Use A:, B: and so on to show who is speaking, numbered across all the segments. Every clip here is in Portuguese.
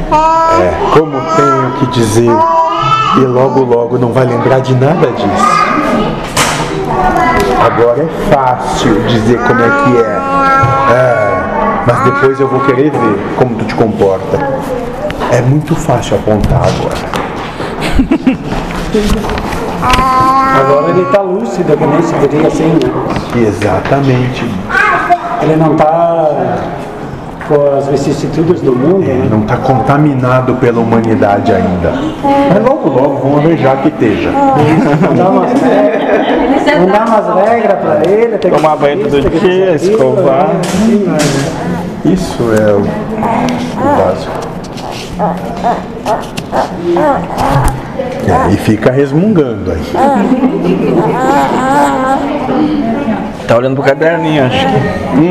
A: Como tenho que dizer, e logo logo não vai lembrar de nada disso. Agora é fácil dizer como é que é. Mas depois eu vou querer ver como tu te comporta. É muito fácil apontar agora.
B: Agora ele está lúcido, que nem se diria assim, né?
A: Exatamente.
B: Ele não está com as vicissitudes do mundo, né?
A: Não está contaminado pela humanidade ainda. Mas logo logo vão almejar que esteja.
B: Não dá umas regras para ele.
C: Tomar banho todo dia, escovar.
A: Isso é o básico. E fica resmungando aí.
C: Tá olhando pro caderninho, acho que.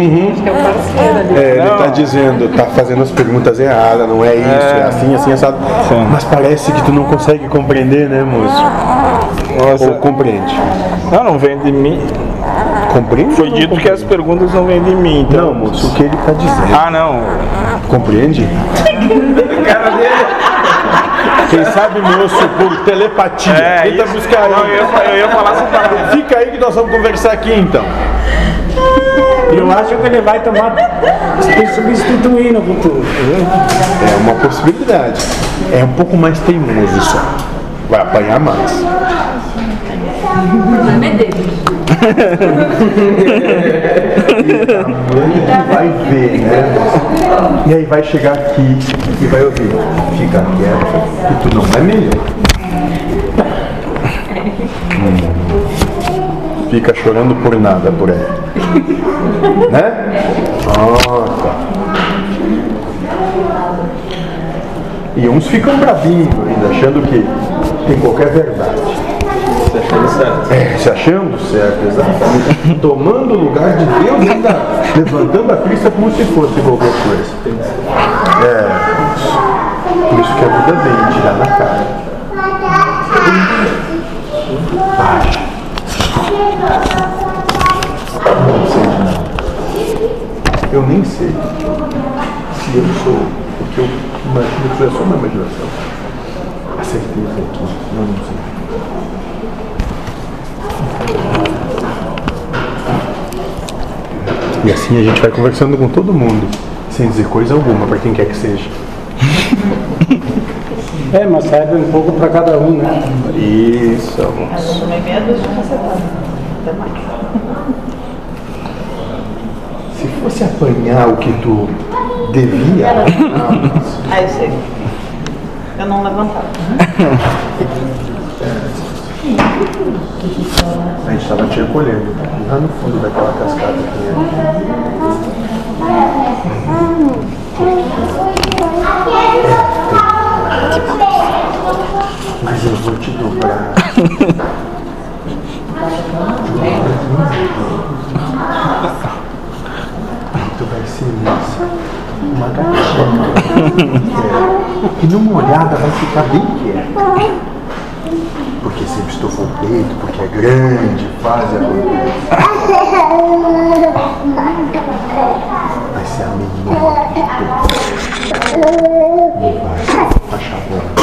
A: Ele tá dizendo, tá fazendo as perguntas erradas, não é isso, é assim, assim, assado. Mas parece que tu não consegue compreender, né, moço?
C: Nossa.
A: Ou compreende?
C: Não vem de mim.
A: Compreende?
C: Foi dito que as perguntas não vêm de mim, então.
A: Não, moço, o que ele tá dizendo.
C: Não.
A: Compreende?
C: Cara dele.
A: Quem sabe, moço, por telepatia. Tenta buscar aí.
C: Não, eu ia falar assim,
A: Fica aí que nós vamos conversar aqui, então.
B: Eu acho que ele vai tomar substituir no futuro.
A: É uma possibilidade. É um pouco mais teimoso só. Vai apanhar mais. Vai ver, né? E aí vai chegar aqui e vai ouvir. Fica quieto, que tu não é melhor. Fica chorando por nada por aí. Né? Tá. E uns ficam bravinhos ainda, achando que tem qualquer verdade.
C: Se achando certo.
A: Se achando certo, exatamente. Tomando o lugar de Deus e ainda levantando a crista como se fosse qualquer coisa. Por isso que a vida vem tirar na cara. Não sei de nada. Eu nem sei se eu sou, porque eu imagino que é só uma imaginação. A certeza é que eu não sei. E assim a gente vai conversando com todo mundo, sem dizer coisa alguma para quem quer que seja.
B: Mas serve um pouco para cada um, né?
A: Isso,
D: Eu tomei meia dúzia de cacetada. Até mais.
A: Se fosse apanhar o que tu devia,
D: Eu sei. Eu não levantava.
A: a gente estava te recolhendo lá no fundo daquela cascata que mas eu vou te dobrar. Tu vai ser uma gatinha. E numa olhada vai ficar bem quieta. Porque sempre estufou o peito, porque é grande, faz a coisa. Vai ser a menina. Não vai achar bom.